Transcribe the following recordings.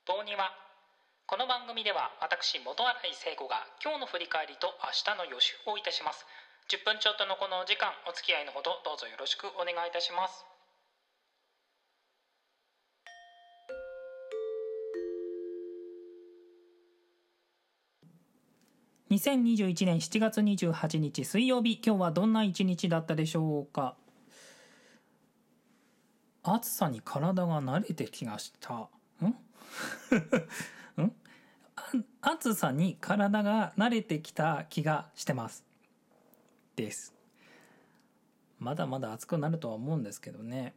導入はこの番組では私元新井聖子が今日の振り返りと明日の予習をいたします。10分ちょっとのこのお時間お付き合いのほどどうぞよろしくお願いいたします。2021年7月28日水曜日、今日はどんな一日だったでしょうか。暑さに体が慣れてきました暑さに体が慣れてきた気がしてますです。まだまだ暑くなるとは思うんですけどね。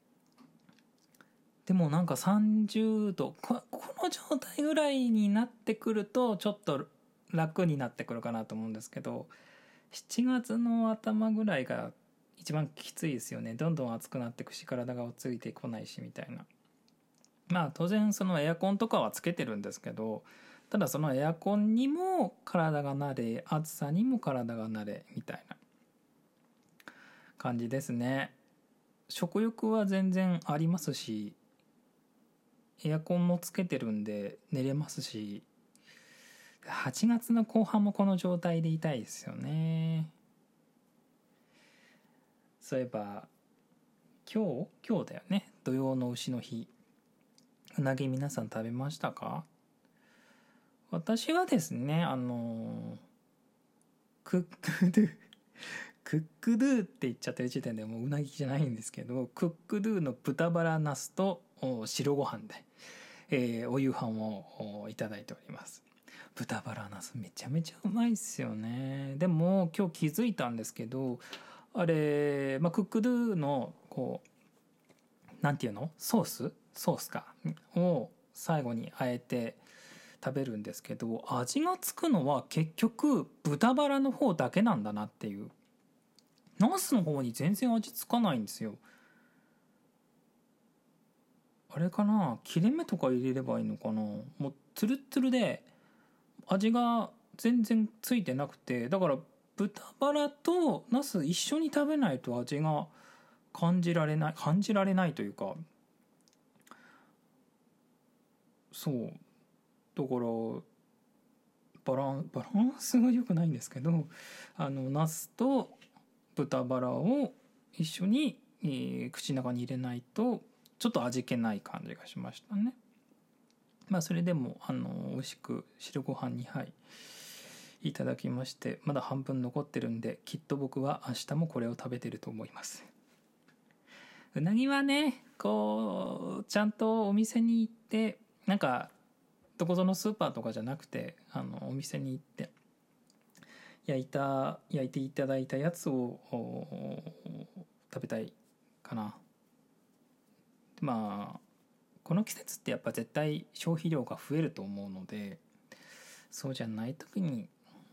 でもなんか30度 この状態ぐらいになってくるとちょっと楽になってくるかなと思うんですけど、7月の頭ぐらいが一番きついですよね。どんどん暑くなっていくし、体がついてこないしみたいな。まあ当然そのエアコンとかはつけてるんですけど、ただそのエアコンにも体が慣れ、暑さにも体が慣れみたいな感じですね。食欲は全然ありますし、エアコンもつけてるんで寝れますし、8月の後半もこの状態でいたいですよね。そういえば今日だよね、土用の丑の日。うなぎ皆さん食べましたか？私はですね、クックドゥクックドゥって言っちゃってる時点でもううなぎじゃないんですけど、クックドゥの豚バラナスと白ご飯で、お夕飯をいただいております。豚バラナスめちゃめちゃうまいっすよね。でも今日気づいたんですけど、あれ、クックドゥのこうなんていうの、ソースかを最後にあえて食べるんですけど、味がつくのは結局豚バラの方だけなんだなっていう。ナスの方に全然味つかないんですよ。あれかな、切れ目とか入れればいいのかな。もうツルッツルで味が全然ついてなくて、だから豚バラとナス一緒に食べないと味が感じられないというか、そうだからバランスが良くないんですけど、ナスと豚バラを一緒に、口の中に入れないとちょっと味気ない感じがしましたね。それでも美味しく白ご飯2杯いただきまして、まだ半分残ってるんで、きっと僕は明日もこれを食べてると思います。うなぎはね、こうちゃんとお店に行って、なんかどこぞのスーパーとかじゃなくて、お店に行って焼いていただいたやつを食べたいかな。この季節ってやっぱ絶対消費量が増えると思うので、そうじゃない時に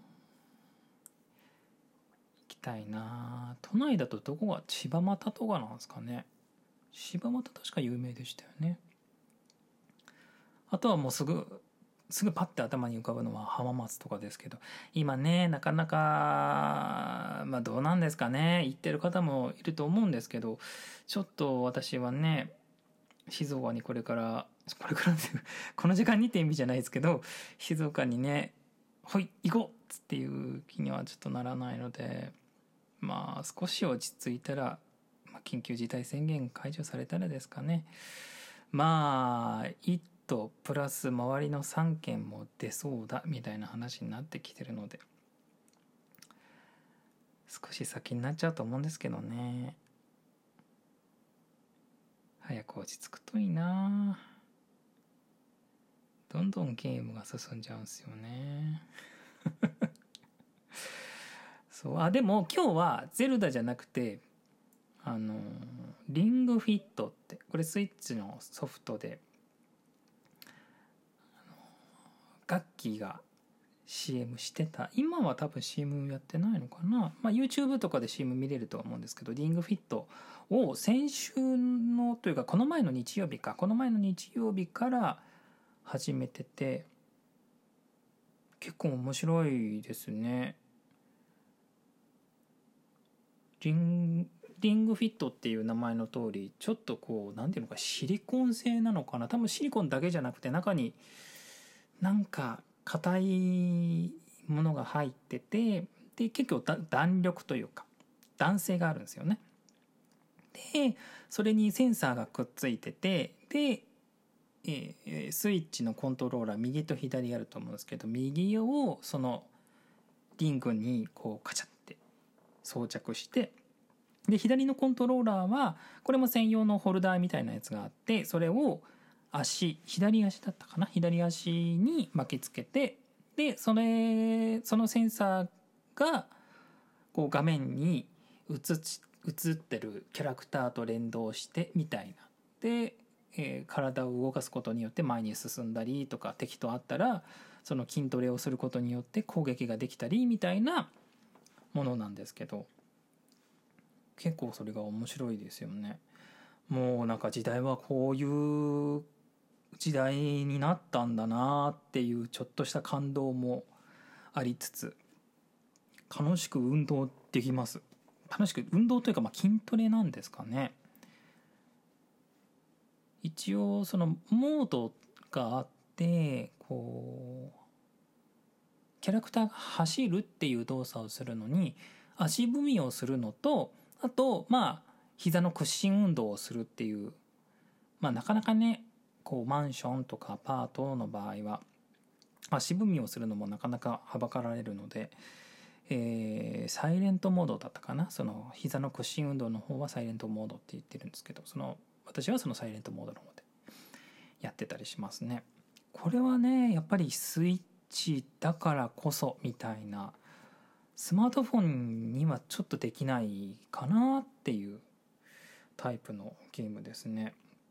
行きたいな。都内だとどこが、柴又とかなんですかね。柴又確か有名でしたよね。あとはもうすぐパッて頭に浮かぶのは浜松とかですけど、今ねなかなかどうなんですかね、行ってる方もいると思うんですけど、ちょっと私はね、静岡にこれからこの時間にって意味じゃないですけど、静岡にね、ほい行こうっていう気にはちょっとならないので、少し落ち着いたら、緊急事態宣言解除されたらですかね。1都プラス周りの3県も出そうだみたいな話になってきてるので、少し先になっちゃうと思うんですけどね。早く落ち着くといいな。どんどんゲームが進んじゃうんですよね。そうでも今日はゼルダじゃなくて、リングフィットって、これスイッチのソフトで、ガッキーが CM してた、今は多分 CM やってないのかな、YouTube とかで CM 見れるとは思うんですけど、リングフィットを先週のというかこの前の日曜日から始めてて、結構面白いですね。リンリングフィットっていう名前の通りちょっとこうなんていうのかシリコン製なのかな、多分シリコンだけじゃなくて中になんか硬いものが入ってて、で結構弾力というか弾性があるんですよね。でそれにセンサーがくっついてて、で、スイッチのコントローラー右と左あると思うんですけど、右をそのリングにこうカチャって装着して、で左のコントローラーはこれも専用のホルダーみたいなやつがあって、それを左足だったかな、左足に巻きつけて、でそのセンサーがこう画面に映ってるキャラクターと連動してみたいなで、体を動かすことによって前に進んだりとか、敵と会ったらその筋トレをすることによって攻撃ができたりみたいなものなんですけど、結構それが面白いですよね。もうなんか時代はこういう時代になったんだなっていうちょっとした感動もありつつ、楽しく運動できます。楽しく運動というか、筋トレなんですかね。一応そのモードがあって、こうキャラクターが走るっていう動作をするのに足踏みをするのと、あと膝の屈伸運動をするっていう、なかなかねこうマンションとかアパートの場合は足踏みをするのもなかなかはばかられるので、サイレントモードだったかな、その膝の屈伸運動の方はサイレントモードって言ってるんですけど、私はそのサイレントモードの方でやってたりしますね。これはねやっぱりスイッチだからこそみたいな、スマートフォンにはちょっとできないかなっていうタイプのゲームですね。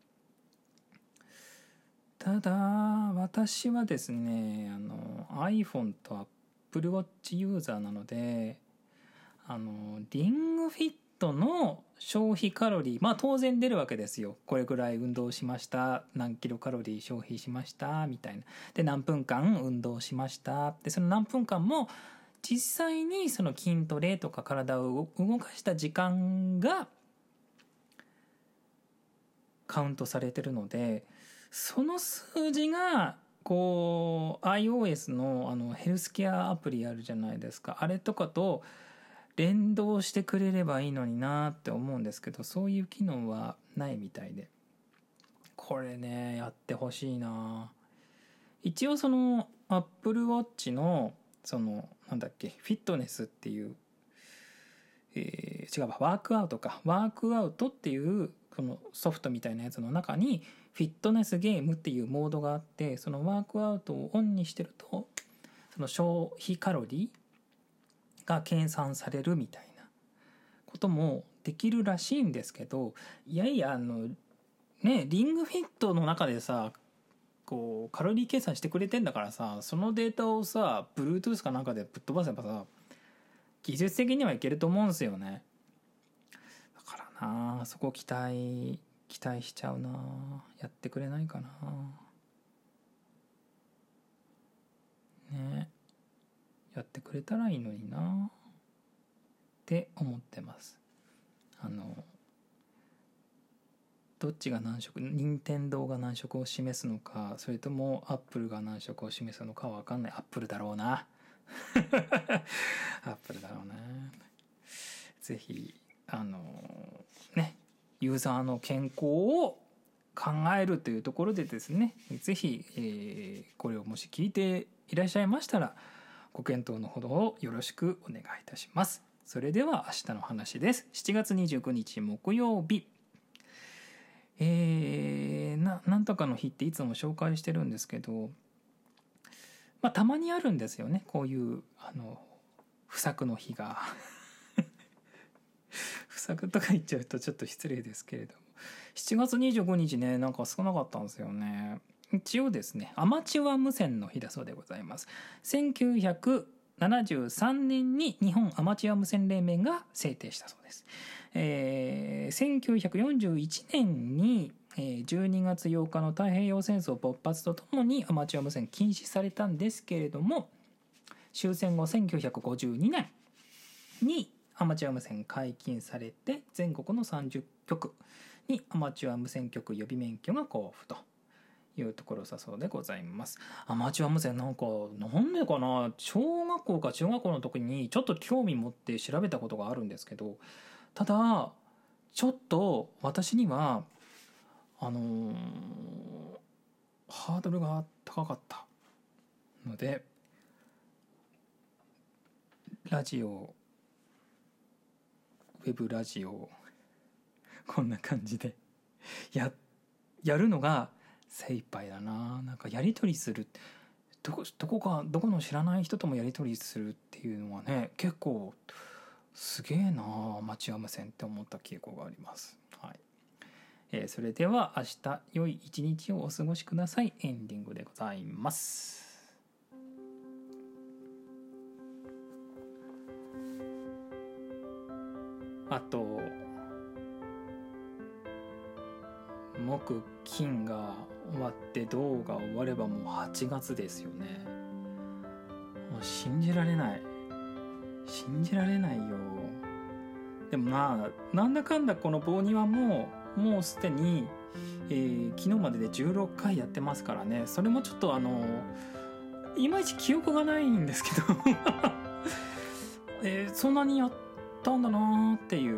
ただ私はですねiPhone と Apple Watch ユーザーなので、リングフィットの消費カロリー当然出るわけですよ。これぐらい運動しました、何キロカロリー消費しましたみたいな、で何分間運動しました、でその何分間も実際にその筋トレとか体を動かした時間がカウントされてるので、その数字がこう iOS のヘルスケアアプリあるじゃないですか、あれとかと連動してくれればいいのになって思うんですけど、そういう機能はないみたいで、これねやってほしいな。一応その Apple Watch のそのフィットネスっていう、違うワークアウトっていうこのソフトみたいなやつの中にフィットネスゲームっていうモードがあって、そのワークアウトをオンにしてるとその消費カロリーが計算されるみたいなこともできるらしいんですけど、リングフィットの中でさこうカロリー計算してくれてんだからさ、そのデータをさ Bluetooth かなんかでぶっ飛ばせばさ技術的にはいけると思うんですよね。だからなそこ期待しちゃうな。やってくれないかなね。やってくれたらいいのになって思ってます。どっちが何色、任天堂が何色を示すのか、それともアップルが何色を示すのかは分かんない。アップルだろうなアップルだろうな。ぜひユーザーの健康を考えるというところでですね、ぜひ、これをもし聞いていらっしゃいましたらご検討のほどをよろしくお願いいたします。それでは明日の話です。7月29日木曜日、なんとかの日っていつも紹介してるんですけど、たまにあるんですよね、こういう不作の日が不作とか言っちゃうとちょっと失礼ですけれども、7月25日ねなんか少なかったんですよね。一応ですねアマチュア無線の日だそうでございます。1973年に日本アマチュア無線連盟が制定したそうです。1941年に12月8日の太平洋戦争勃発とともにアマチュア無線禁止されたんですけれども、終戦後1952年にアマチュア無線解禁されて、全国の30局にアマチュア無線局予備免許が交付というところだそうでございます。アマチュア無線なんでかな、小学校か中学校の時にちょっと興味持って調べたことがあるんですけど、ただちょっと私にはハードルが高かったので、ラジオ、ウェブラジオこんな感じでやるのが精一杯だな。なんかやり取りする、どこの知らない人ともやり取りするっていうのはね、結構すげえなアマチュア無線って思った傾向があります。はい。それでは明日良い一日をお過ごしください。エンディングでございます。あと木金が終わって銅が終わればもう8月ですよね。もう信じられないよ。でもなんだかんだこの棒庭ももうすでに、昨日までで16回やってますからね。それもちょっといまいち記憶がないんですけどそんなにやったんだなっていう、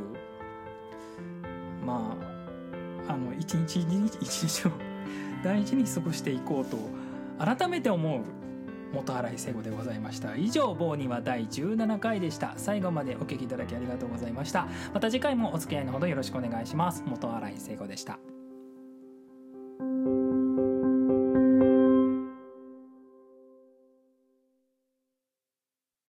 一日を大事に過ごしていこうと改めて思う元新井聖子でございました。以上、棒には第17回でした。最後までお聞きいただきありがとうございました。また次回もお付き合いのほどよろしくお願いします。元新井聖子でした。